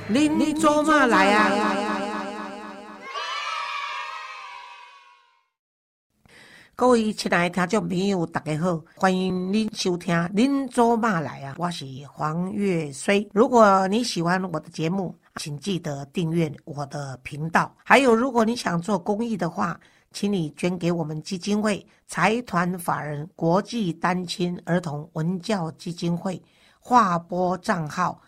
恁做嘛来啊？各位亲爱的听众朋友，大家好，欢迎您收听《恁做嘛来啊》，我是黄月水。如果你喜欢我的节目，请记得订阅我的频道。还有，如果你想做公益的话，请你捐给我们基金会财团法人国际单亲儿童文教基金会，划拨账号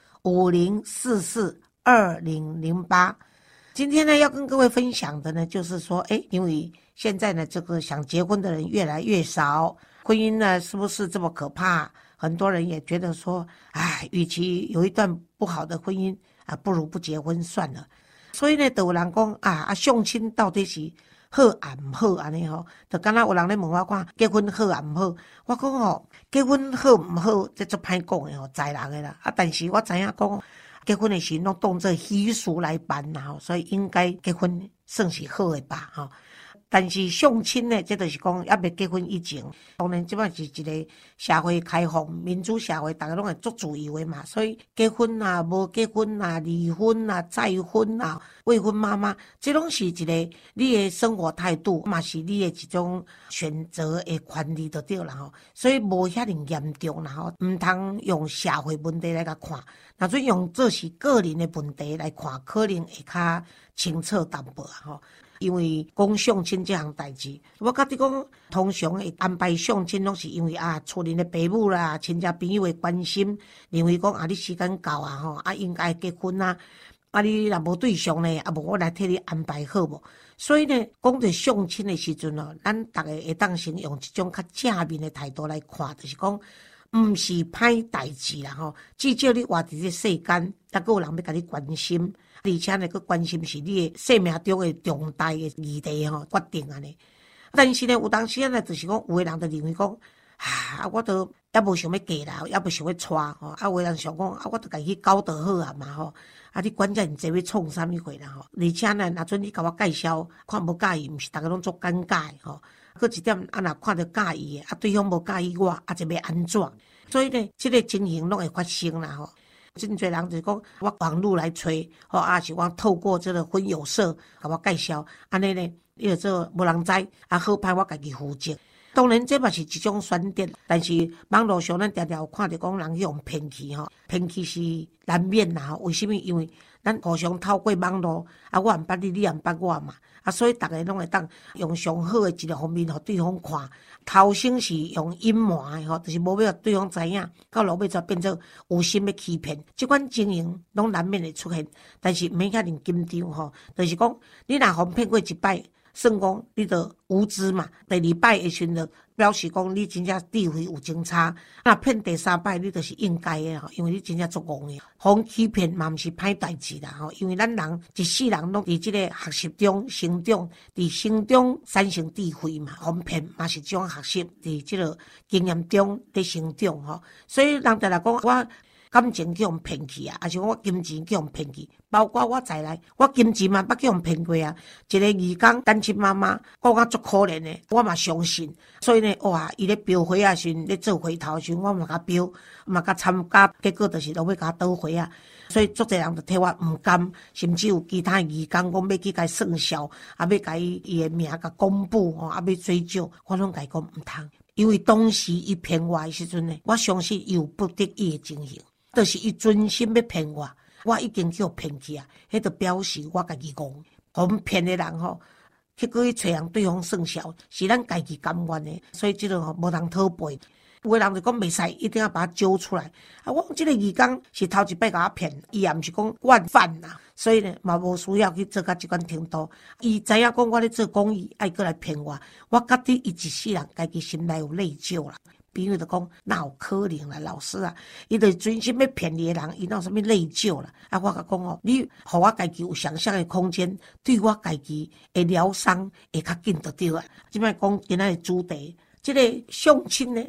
50442008。今天呢，要跟各位分享的呢，就是说，因为现在呢，这个想结婚的人越来越少，婚姻呢，是不是这么可怕？很多人也觉得说，与其有一段不好的婚姻啊，不如不结婚算了。所以呢，就有人讲相亲到底是好啊唔好安尼吼？就刚才有人咧问我看结婚好啊唔好，我讲结婚好唔好，这足歹讲的在人的啦。但是我知影讲。结婚的时拢当作习俗来办啦，所以应该结婚算是好的吧，但是相亲呢，这就是讲还没结婚以前，当然这摆是一个社会开放、民主社会，大家拢会做自由的嘛，所以结婚啊、无结婚啊、离婚啊、再婚啊、未婚妈妈，这拢是一个你的生活态度，嘛是你的一种选择的权利就对啦所以无遐尼严重啦唔通用社会问题来甲看。那做用这是个人的问题来看，可能会较清楚淡薄因为讲相亲这项代志，我甲你讲，通常会安排相亲，拢是因为厝里的父母啦、亲戚朋友的关心，认为讲你时间到应该结婚你若无对象呢，无我来替你安排好无？所以呢，讲到相亲的时阵咱大家会当先用一种较正面的态度来看，就是讲。毋是歹代志啦至少你活伫这世间，还有人要甲你关心，而且呢，佮关心是你的生命中的重大的议题决定安尼。但是呢，有当时呢，就是讲有的人就认为讲，我都也无想要嫁啦，也无想要娶有的人想讲我都家己搞得好啊嘛你管遮尔济要创啥物货啦而且呢，若准你甲我介绍，看无介意，毋是大家拢做尴尬搁一点若看到介意的对方无介意我就要安怎？所以呢，这个情形拢会发生啦真侪人就讲我网路来吹是我透过这个婚友社甲我介绍，安尼呢，因为这无人知好歹我家己负责。当然这嘛是一种选择，但是网络上咱常常有看到讲人去用骗去骗去是难免啦为什么？因为咱互相透过网络我毋捌你，你也毋捌我嘛所以大家拢会当用上好的一个方面互对方看。头先是用隐瞒的就是无要对方知影，到落尾才变做有心要欺骗。这款情形拢难免会出现，但是毋免遐尼紧张就是讲你若互骗过一摆。算讲你就无知嘛，第二摆的时阵表示讲你真正智慧有争差，骗第三摆你就是应该的因为你真正足戆的，互欺骗嘛毋是歹代志啦因为咱人一世人拢伫这个学习中成长，伫成中产生智慧嘛，互骗嘛是一种学习，伫这个经验中在成长所以人就来讲我。感情叫人骗去还是我金钱叫人骗去？包括我在内，我金钱嘛捌叫人骗过一个义工单亲妈妈，讲足可怜的，我嘛相信。所以呢，伊咧标回时咧做回头时，我嘛甲标，嘛甲参加，结果就是拢要甲倒回所以足侪人就替我毋甘，甚至有其他义工讲要去甲伊算账，要甲伊的名甲公布要追究，我拢甲伊讲毋通，因为当时伊骗我的时阵呢，我相信伊有不得已的情形。就是伊真心要骗我，我已经叫骗去迄就表示我家己戆。互骗的人去找人对方算账，是咱家己甘愿的，所以这个无人讨赔。有的人就讲袂使，一定要把它揪出来。我这个义工是头一摆甲我骗，伊也毋是讲惯犯啦，所以呢嘛无需要去做到这款程度。伊知影讲我咧做公益，爱过来骗我，我觉得伊一世人家己心内有内疚啦。朋友就讲哪有可能啦，老师伊就专心要骗你的人，伊哪有啥物内疚啦？我甲讲你互我家己有想象的空间，对我家己的疗伤会较紧就对啊。即摆讲今仔的主题，这个相亲呢，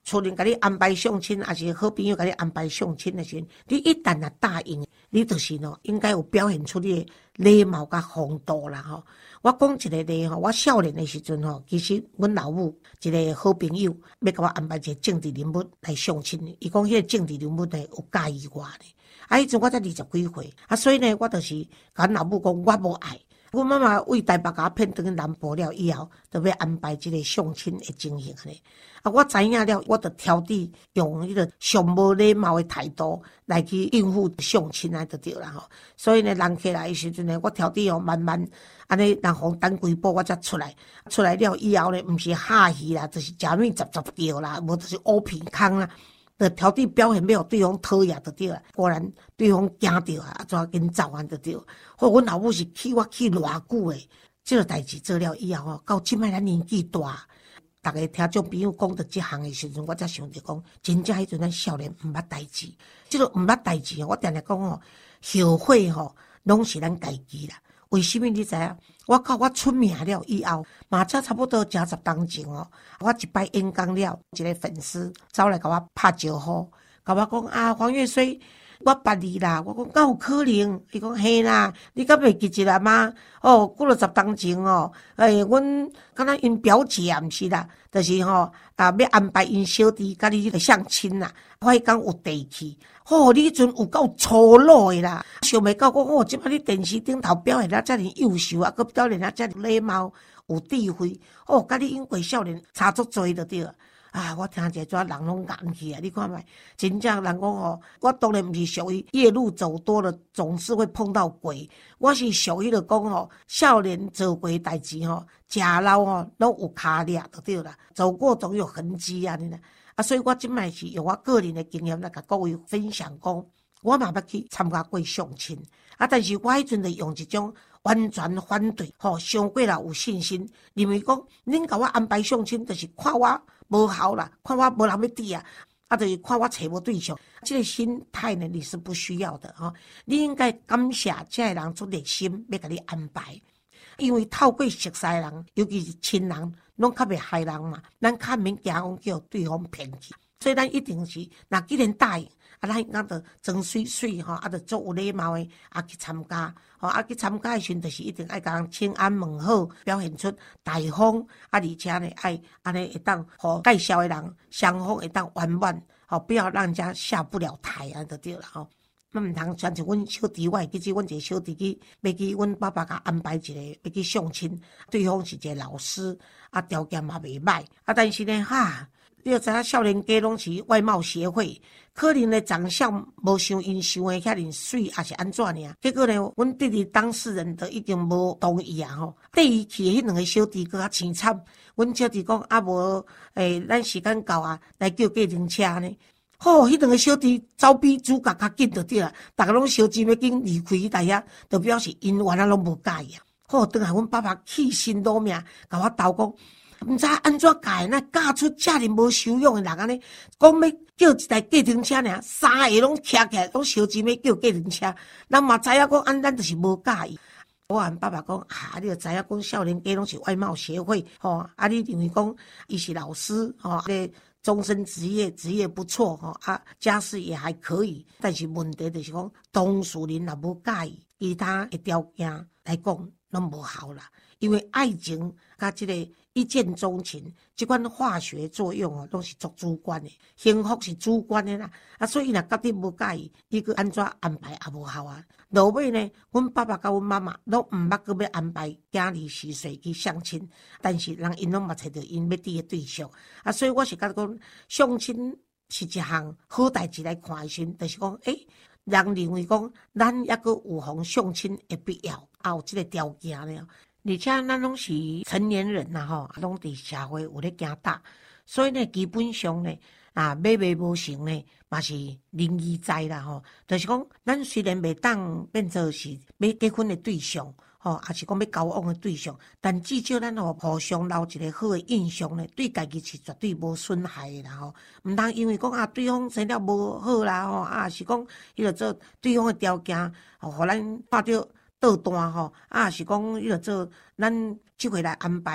厝人甲你安排相亲，还是好朋友甲你安排相亲的时候，你一旦啊答应，你就是应该有表现出你的礼貌甲风度啦吼。我讲一个例吼，我少年的时阵吼，其实阮老母一个好朋友要甲我安排一个政治人物来相亲，伊讲迄个政治人物呢有介意我呢。迄阵我才20几岁，所以呢，我就是甲阮老母讲，我无爱。阮妈妈为台北甲我骗转去南部了以后，就要安排这个相亲的情形呢。我知影了，我就挑剔用迄个上无礼貌的态度来去应付相亲就对啦吼。所以呢，人起来的时阵呢，我挑剔慢慢安尼，人互等几步我才出来。出来了以后呢，毋是哈戏啦，就是食物杂掉啦，无就是乌片空啦。的挑剔表现要对方讨厌就对了，果然对方惊到啊，怎紧走完就对。阮老母是气我气偌久诶，这个代志做了以后到即摆咱年纪大，逐个听众朋友讲到这项诶时阵，我才想着讲，真正迄阵咱少年毋捌代志，这个毋捌代志我定定讲后悔拢是咱家己啦。为什么你知影？我到我出名了以后，嘛才差不多10当前我一摆演讲了，一个粉丝走来甲我拍招呼，甲我讲啊，黄月水，我捌你啦。我讲敢有可能？伊讲嘿啦，你敢袂记得吗？过了10当前阮敢若因表姐啊，毋是啦，就是要安排因小弟甲你相亲啦。我迄天有地去。你迄阵有够粗鲁的啦！想袂到讲即摆你电视顶头表现得遮尔优秀，佫表现得遮尔礼貌、有智慧，甲你英国少年差足多就对了。我听者遮人拢硬去啊！你看觅，真正人讲我当然毋是属于夜路走多了，总是会碰到鬼。我是属于着讲少年做过代志食老拢有骹掠就对啦，走过总有痕迹啊！你呢？所以我即摆是用我个人的经验来甲各位分享讲，我嘛要去参加过相亲，但是我迄阵就用一种完全反对，伤过啦有信心，认为讲恁甲我安排相亲，就是看我无效啦，看我无人要滴就是看我找无对象，这个心态呢你是不需要的你应该感谢这个人出热心要甲你安排。因为透过熟悉人，尤其是亲人，拢较袂害人嘛。咱较免惊讲叫对方骗去，所以咱一定是，若既然答应，咱应该就装水水就做有礼貌的去参加，去参加的时阵，就是一定爱甲人请安问好，表现出大方，而且呢爱安尼会当互介绍的人双方会当圆满，不要让人家下不了台就对了毋通像阮小弟，我会记起阮一个小弟要去阮爸爸甲安排一个要去相亲，对方是一个老师，条件嘛袂歹，但是呢你就知影少年家拢是外貌协会，可能呢长相无像因想的遐尼水，还是安怎呢？结果呢，阮弟弟当事人都已经无同意缀伊去迄2个小弟搁较凄惨，阮小弟讲无咱时间到来叫计程车呢。迄2个小弟走比主角较紧就对啦，大家拢小钱要紧离开迄台遐，就表示因原来拢无介意转来阮爸爸气心夺命，甲我斗讲，毋知安怎教那教出遮尔无修养的人安尼，讲要叫一台计程车尔，3个拢徛起来，拢小钱要叫计程车，咱嘛知影讲咱就是无介意。我和爸爸讲你就知影讲少年家拢是外貌协会你认为讲伊是老师终身职业不错家世也还可以，但是问题就是讲当事人若无介意，其他的条件来讲拢无效啦。因为爱情甲这个一见钟情这款化学作用拢是足主观的，幸福是主观的啦所以若觉得无介意，伊去安怎安排也无效落尾呢，阮爸爸甲阮妈妈拢毋捌搁要安排囝儿10岁去相亲，但是人因拢嘛找到因要伫的对象所以我是觉得讲相亲是一项好代志来看的时，就是讲人认为讲咱抑搁有互相亲的必要，有这个条件了。而且咱拢是成年人拢伫社会有咧行大，所以呢，基本上呢，买卖无成呢，嘛是仁义在啦就是讲，咱虽然袂当变做是要结婚的对象还是讲要交往的对象，但至少咱互相留一个好的印象呢，对家己是绝对无损害的啦毋通因为讲对方生了无好啦是讲伊就做对方的条件，互咱看到倒单是讲伊就做咱即回来安排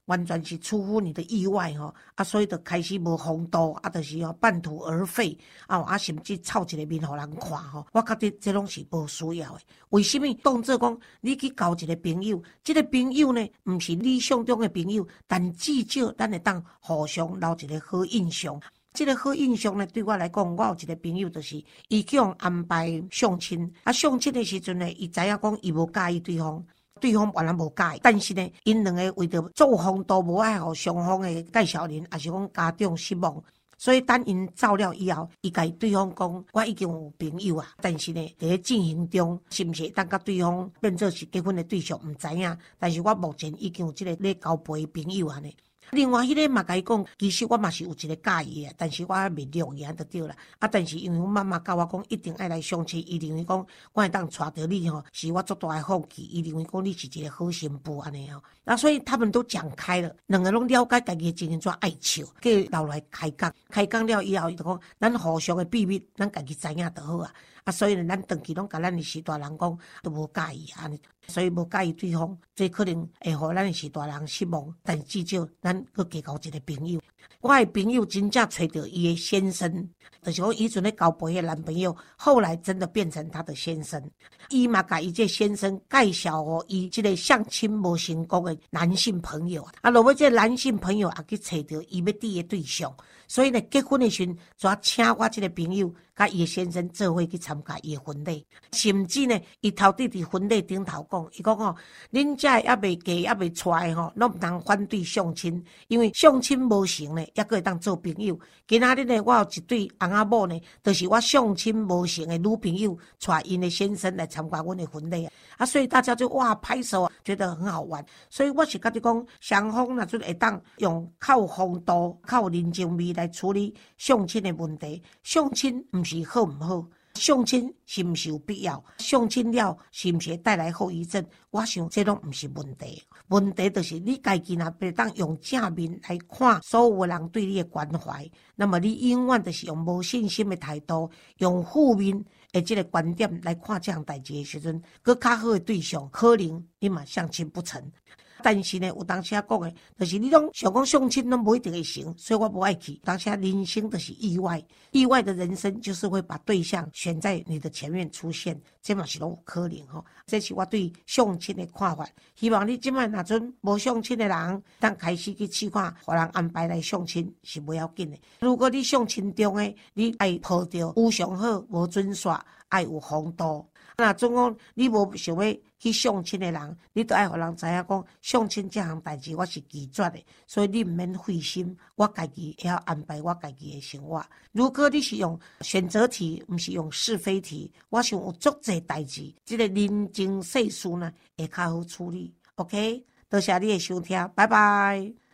完全是出乎你的意外所以就开始无风度就是半途而废甚至臭一个面互人看我觉得这拢是无需要的。为什么？当作讲你去交一个朋友，这个朋友呢，不是理想中的朋友，但至少咱会当互相留一个好印象。这个好印象呢，对我来讲，我有一个朋友，就是伊去用安排相亲相亲的时阵呢，伊知影讲伊无介意对方原来无介意，但是呢，因两个为着做风度无爱互双方的介绍人，也是讲家长失望。所以等因走了以后，伊甲对方讲，我已经有朋友但是呢，在进行中，是不是当甲对方变做是结婚的对象，唔知影。但是我目前已经有这个咧交陪的朋友呢。另外，迄个嘛甲伊讲，其实我嘛是有一个介意的，但是我未录伊就对了。但是因为我妈妈教我讲，一定爱来相亲，伊认为讲我会当娶到你是我足大的福气。伊认为讲你是一个好媳妇安尼所以他们都讲开了，两个拢了解家己的情形怎爱笑，叫留来开讲了以后，伊就讲咱互相的秘密，咱家己知影就好所以呢，咱长期拢甲咱的士大人讲都无介意所以无介意对方，这可能会互咱的士大人失望，但至少咱搁加交一个朋友。我的朋友真正找到伊的先生，就是讲以前咧交陪的男朋友，后来真的变成他的先生。伊嘛甲伊这先生介绍伊这个相亲无成功的男性朋友落尾这男性朋友也去找到伊要伫的对象，所以呢，结婚的时阵就请我这个朋友甲伊的先生做伙去参加伊的婚礼，甚至呢，伊头底伫婚礼顶头讲，伊讲恁这还未嫁还未娶拢唔通反对相亲，因为相亲无成呢，还佫会当做朋友。今仔日呢，我有一对翁仔某呢，就是我相亲无成的女朋友，娶因的先生来参加阮的婚礼所以大家就哇拍手觉得很好玩。所以我是甲你讲，双方若准会当用靠风度、靠人情味来处理相亲的问题。相亲唔是好唔好？相亲是不是有必要？相亲了是不是会带来后遗症？我想这拢不是问题，问题就是你家己若袂当用正面来看所有人对你的关怀，那么你永远就是用无信心的态度，用负面的这个观点来看这样代志的时阵，佮较好的对象，可能你嘛相亲不成。但是呢，有当时讲的，就是你拢想讲相亲拢不一定会成，所以我不爱去。当时人生就是意外，意外的人生就是会把对象选在你的前面出现，这嘛是拢有可能这是我对相亲的看法。希望你即摆若阵无相亲的人，当开始去试看，互人安排来相亲是不要紧的。如果你相亲中的，你爱抱着有上好，无准煞，爱有风度。那总讲你无想要去相亲的人，你都爱互人知影讲相亲这项代志我是拒绝的，所以你唔免费心，我家己会晓安排我家己的生活。如果你是用选择题，唔是用是非题，我想有足侪代志，这个人情世事呢会较好处理。OK， 多谢你的收听，拜拜。